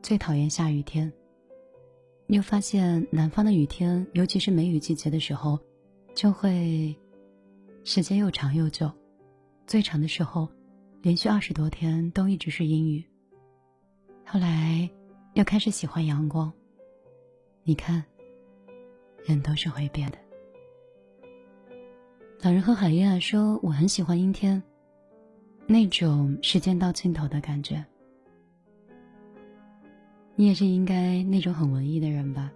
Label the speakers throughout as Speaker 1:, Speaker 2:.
Speaker 1: 最讨厌下雨天。你有发现南方的雨天，尤其是梅雨季节的时候，就会时间又长又久，最长的时候连续20多天都一直是阴雨。后来又开始喜欢阳光。你看，人都是会变的。老人和海燕说，我很喜欢阴天，那种时间到尽头的感觉。你也是应该那种很文艺的人吧？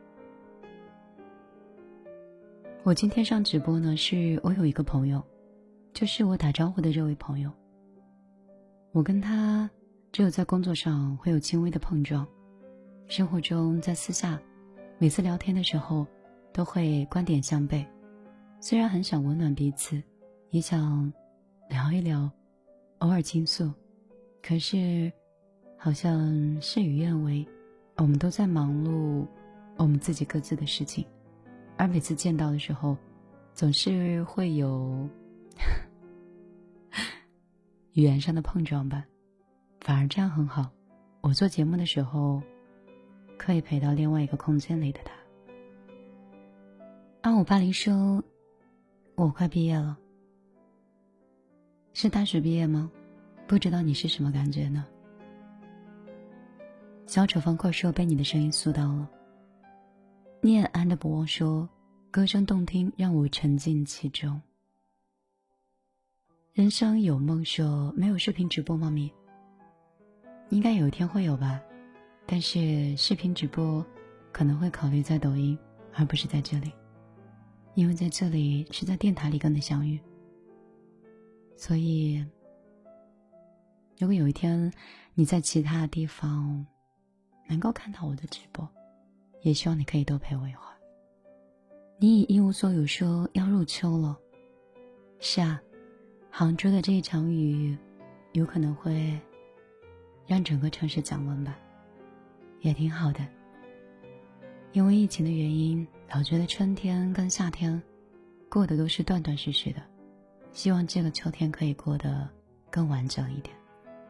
Speaker 1: 我今天上直播呢，是我有一个朋友，就是我打招呼的这位朋友。我跟他只有在工作上会有轻微的碰撞，生活中在私下每次聊天的时候都会观点相悖。虽然很想温暖彼此，也想聊一聊，偶尔倾诉，可是好像事与愿违，我们都在忙碌我们自己各自的事情，而每次见到的时候总是会有语言上的碰撞吧。反而这样很好，我做节目的时候可以陪到另外一个空间里的他。2580说，我快毕业了。是大学毕业吗？不知道你是什么感觉呢？小丑方块说，被你的声音诉到了。念安的不忘说，歌声动听，让我沉浸其中。人生有梦说，没有视频直播吗？咪应该有一天会有吧，但是视频直播可能会考虑在抖音，而不是在这里，因为在这里是在电台里跟你相遇。所以如果有一天你在其他地方能够看到我的直播，也希望你可以多陪我一会儿。你已一无所有说要入秋了。是啊，杭州的这一场雨有可能会让整个城市降温吧，也挺好的。因为疫情的原因，老觉得春天跟夏天过得都是断断续续的，希望这个秋天可以过得更完整一点。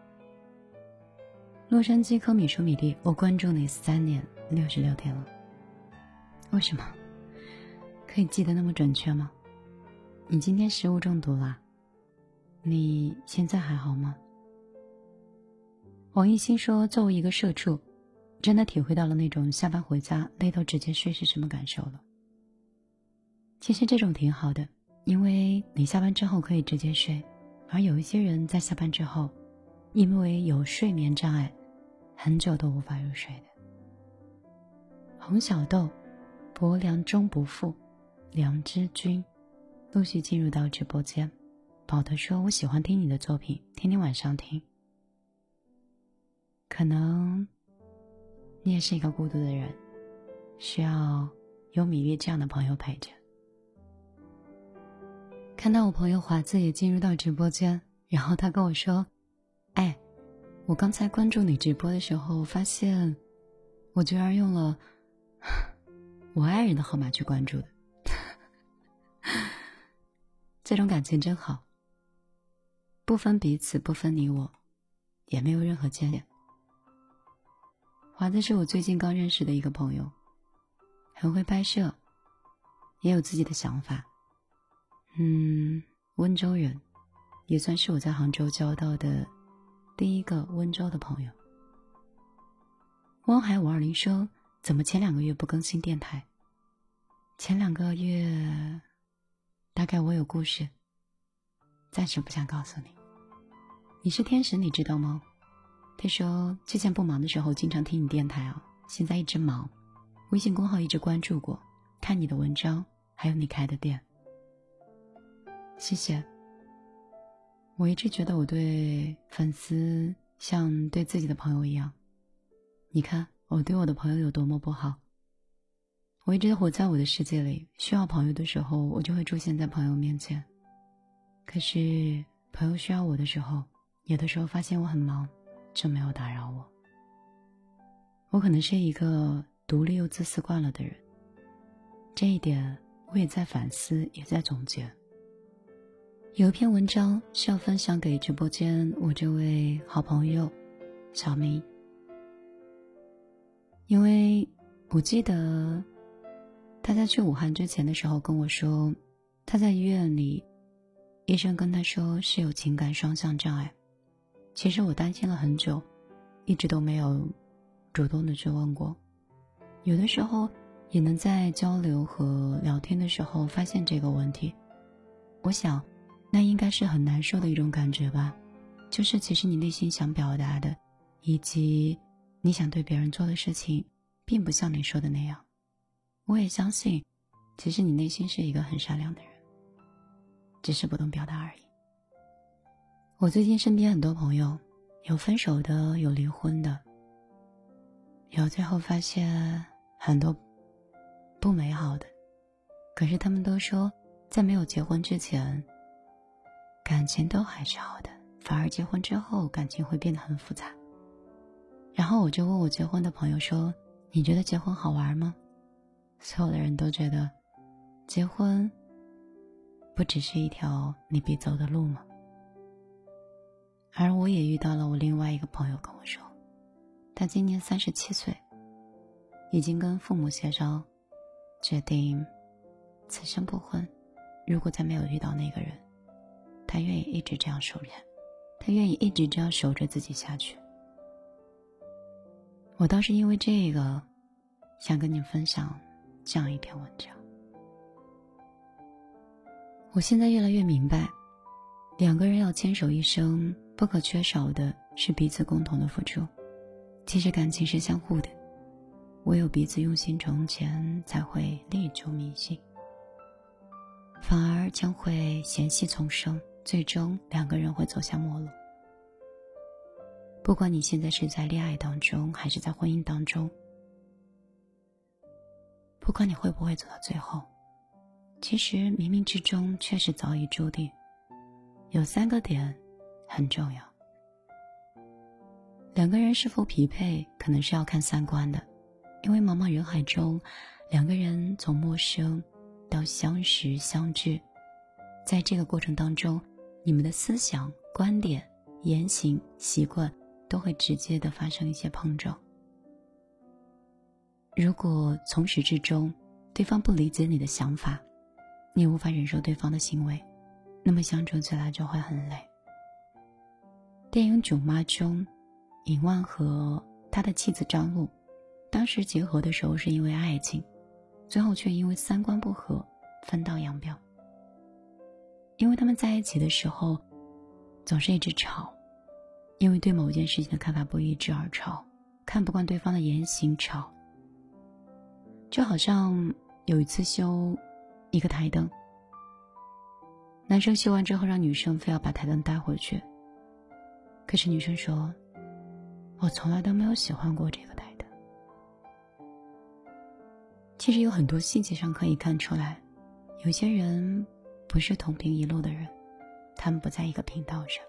Speaker 1: 洛杉矶科米说，米粒，我关注你3年66天了。为什么可以记得那么准确吗？你今天食物中毒了？你现在还好吗？王一新说，作为一个社畜，真的体会到了那种下班回家累到直接睡是什么感受了。其实这种挺好的，因为你下班之后可以直接睡，而有一些人在下班之后因为有睡眠障碍，很久都无法入睡的。洪小豆，薄凉终不负，良知君陆续进入到直播间。宝德说，我喜欢听你的作品，天天晚上听。可能你也是一个孤独的人，需要有米粒这样的朋友陪着。看到我朋友华子也进入到直播间，然后他跟我说，哎，我刚才关注你直播的时候发现我居然用了我爱人的号码去关注的。这种感情真好，不分彼此，不分你我，也没有任何牵连。华子是我最近刚认识的一个朋友，很会拍摄，也有自己的想法。温州人，也算是我在杭州交到的第一个温州的朋友。汪海520说，怎么前2个月不更新电台？前2个月大概我有故事，暂时不想告诉你。你是天使，你知道吗？他说之前不忙的时候经常听你电台啊，现在一直忙，微信公号一直关注过，看你的文章，还有你开的店。谢谢。我一直觉得我对粉丝像对自己的朋友一样，你看我对我的朋友有多么不好。我一直活在我的世界里，需要朋友的时候我就会出现在朋友面前，可是朋友需要我的时候，有的时候发现我很忙，就没有打扰我。我可能是一个独立又自私惯了的人，这一点我也在反思，也在总结。有一篇文章是要分享给直播间我这位好朋友小明。 因为我记得他在去武汉之前的时候跟我说，他在医院里，医生跟他说是有情感双向障碍。其实我担心了很久，一直都没有主动的去问过。有的时候也能在交流和聊天的时候发现这个问题。我想那应该是很难受的一种感觉吧，就是其实你内心想表达的以及你想对别人做的事情并不像你说的那样。我也相信其实你内心是一个很善良的人，只是不懂表达而已。我最近身边很多朋友，有分手的，有离婚的，有最后发现很多不美好的，可是他们都说在没有结婚之前感情都还是好的，反而结婚之后感情会变得很复杂。然后我就问我结婚的朋友说，你觉得结婚好玩吗？所有的人都觉得结婚不只是一条你必走的路吗？而我也遇到了我另外一个朋友跟我说，他今年37岁，已经跟父母协商，决定此生不婚。如果再没有遇到那个人，他愿意一直这样守着，他愿意一直这样守着自己下去。我倒是因为这个想跟你分享这样一篇文章。我现在越来越明白，两个人要牵手一生，不可缺少的是彼此共同的付出。其实感情是相互的，唯有彼此用心成全，才会历久弥新，反而将会嫌隙丛生，最终两个人会走向陌路。不管你现在是在恋爱当中还是在婚姻当中，不管你会不会走到最后，其实冥冥之中确实早已注定。有3个点很重要，两个人是否匹配可能是要看三观的。因为茫茫人海中，两个人从陌生到相识相知，在这个过程当中，你们的思想、观点、言行、习惯都会直接的发生一些碰撞。如果从始至终对方不理解你的想法，你无法忍受对方的行为，那么相处起来就会很累。电影《囧妈》中，尹万和他的妻子张璐当时结合的时候是因为爱情，最后却因为三观不合分道扬镳。因为他们在一起的时候总是一直吵，因为对某件事情的看法不一致而吵，看不惯对方的言行吵。就好像有一次修一个台灯，男生修完之后让女生非要把台灯带回去，可是女生说，我从来都没有喜欢过这个台灯。其实有很多细节上可以看出来，有些人不是同频一路的人，他们不在一个频道上。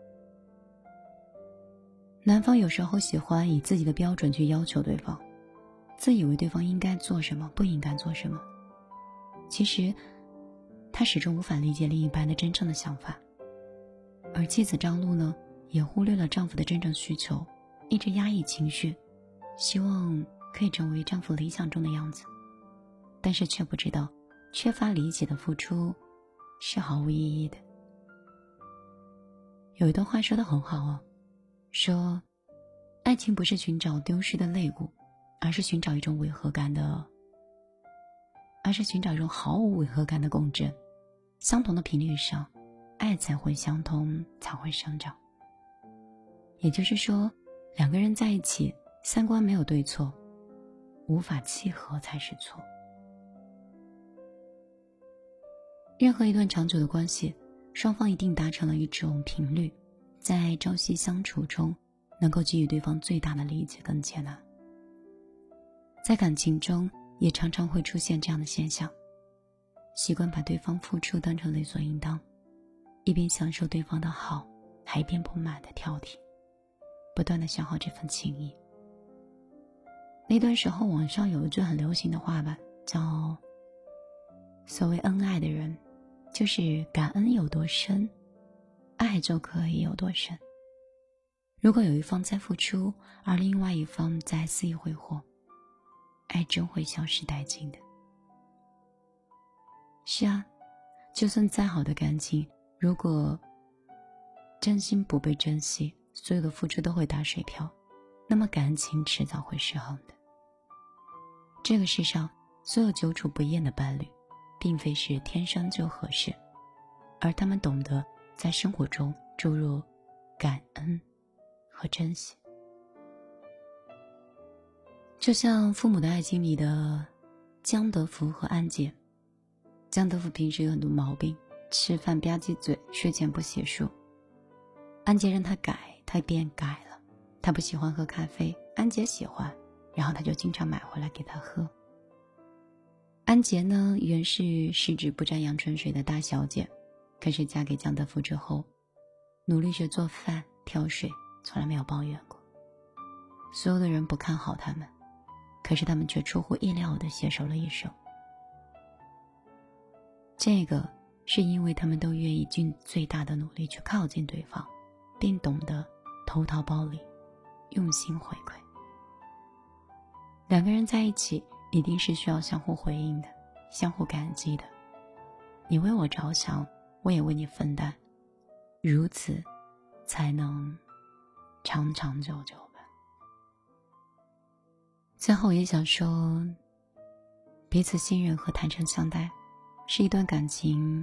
Speaker 1: 男方有时候喜欢以自己的标准去要求对方，自以为对方应该做什么，不应该做什么。其实他始终无法理解另一半的真正的想法。而妻子张璐呢，也忽略了丈夫的真正需求，一直压抑情绪，希望可以成为丈夫理想中的样子，但是却不知道缺乏理解的付出是毫无意义的。有一段话说得很好哦，说爱情不是寻找丢失的肋骨，而是寻找一种毫无违和感的共振。相同的频率上，爱才会相通，才会生长。也就是说，两个人在一起，三观没有对错，无法契合才是错。任何一段长久的关系，双方一定达成了一种频率，在朝夕相处中能够给予对方最大的理解跟接纳。在感情中也常常会出现这样的现象，习惯把对方付出当成理所应当，一边享受对方的好，还一边不满的挑剔，不断的消耗这份情谊。那段时候网上有一句很流行的话吧，叫所谓恩爱的人，就是感恩有多深，爱就可以有多深。如果有一方在付出，而另外一方在肆意挥霍， 爱真会消失殆尽的。是啊，就算再好的感情，如果真心不被珍惜，所有的付出都会打水漂，那么感情迟早会失衡的。这个世上所有久处不厌的伴侣，并非是天生就合适，而他们懂得在生活中注入感恩和珍惜。就像《父母的爱情》里的江德福和安杰。江德福平时有很多毛病，吃饭吧唧嘴，睡前不洗漱。安杰让他改，他便改了。他不喜欢喝咖啡，安杰喜欢，然后他就经常买回来给他喝。安杰呢，原是十指不沾阳春水的大小姐，可是嫁给江德福之后，努力学做饭挑水，从来没有抱怨过。所有的人不看好他们，可是他们却出乎意料地携手了一生。这个是因为他们都愿意尽最大的努力去靠近对方，并懂得投桃报李，用心回馈。两个人在一起一定是需要相互回应的，相互感激的。你为我着想，我也为你分担，如此才能长长久久吧。最后也想说，彼此信任和坦诚相待是一段感情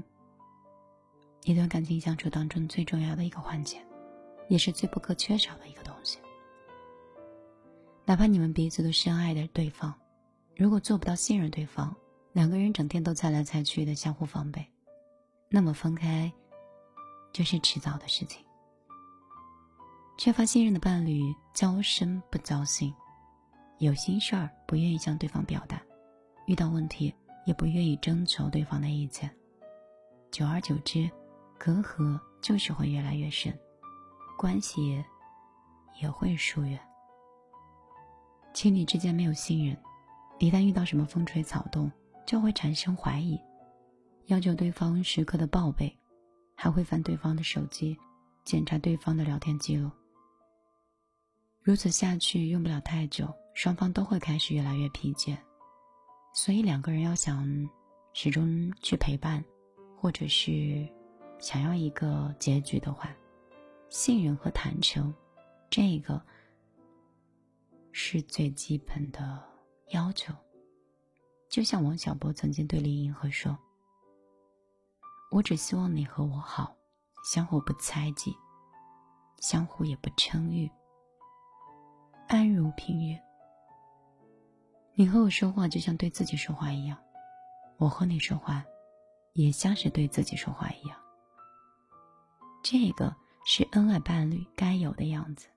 Speaker 1: 相处当中最重要的一个环节，也是最不可缺少的一个东西。哪怕你们彼此都深爱着对方，如果做不到信任对方，两个人整天都猜来猜去的相互防备，那么分开就是迟早的事情。缺乏信任的伴侣，交深不交心，有心事儿不愿意向对方表达，遇到问题也不愿意征求对方的意见，久而久之，隔阂就是会越来越深，关系也会疏远。情侣之间没有信任，一旦遇到什么风吹草动，就会产生怀疑，要求对方时刻的报备，还会翻对方的手机，检查对方的聊天记录。如此下去用不了太久，双方都会开始越来越疲倦。所以两个人要想始终去陪伴，或者是想要一个结局的话，信任和坦诚，这个是最基本的要求。就像王小波曾经对林银河说，我只希望你和我好，相互不猜忌，相互也不称誉，安如平月。你和我说话就像对自己说话一样，我和你说话也像是对自己说话一样。这个是恩爱伴侣该有的样子。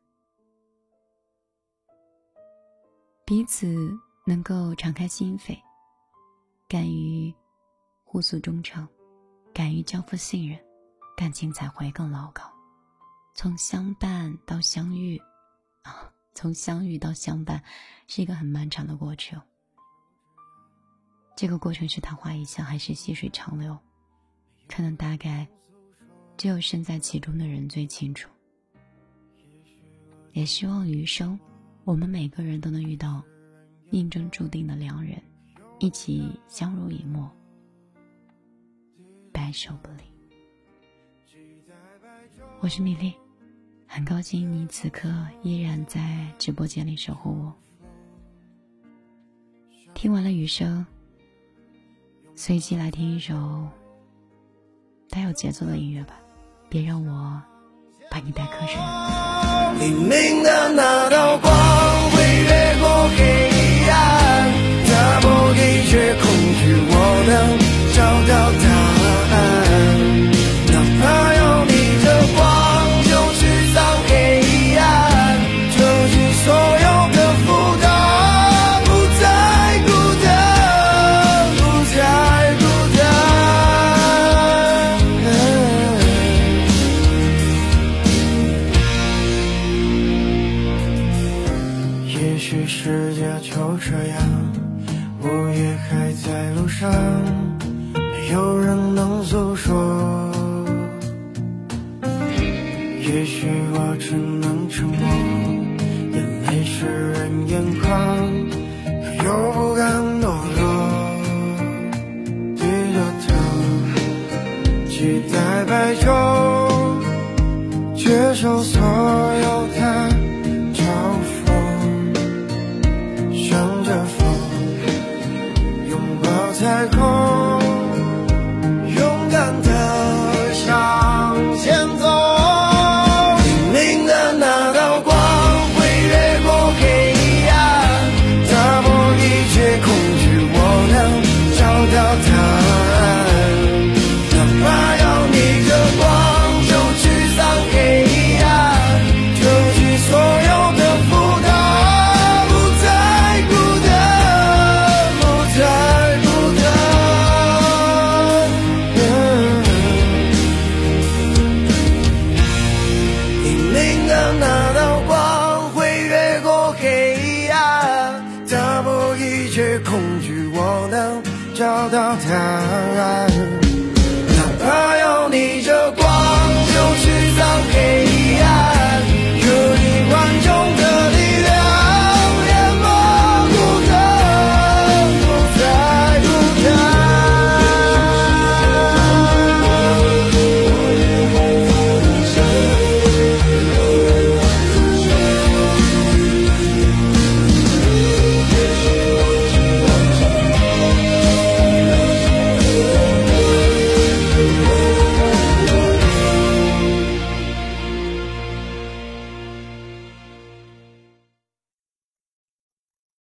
Speaker 1: 彼此能够敞开心扉，敢于互诉衷肠，敢于交付信任，感情才会更牢靠。从相伴到相遇从相遇到相伴是一个很漫长的过程，这个过程是昙花一现还是细水长流，可能大概只有身在其中的人最清楚。也希望余生我们每个人都能遇到命中注定的良人，一起相濡以沫，白首不离。我是米粒，很高兴你此刻依然在直播间里守护我。听完了余生，随即来听一首带有节奏的音乐吧，别让我把你带瞌睡。
Speaker 2: 黎明的那道光会越过黑暗，打破一切恐惧，我能找到答案。哪怕要逆着光就去扫黑暗，就去所有的负担，不再孤单，不再孤单。也许世界就这样，我也还在路上，没有人能诉说。也许我只能沉默，眼泪湿润眼眶，可又不受所有的嘲讽，向着风，拥抱彩虹，勇敢地向前走。黎明的那道光会越过黑暗，打破一切恐惧，我能找到答案。哪怕要逆着光，就驱散黑暗，丢弃所有的负担，不再孤单，不再孤单。黎明的那道光会越过黑暗，打破一切恐惧，我能找到答案。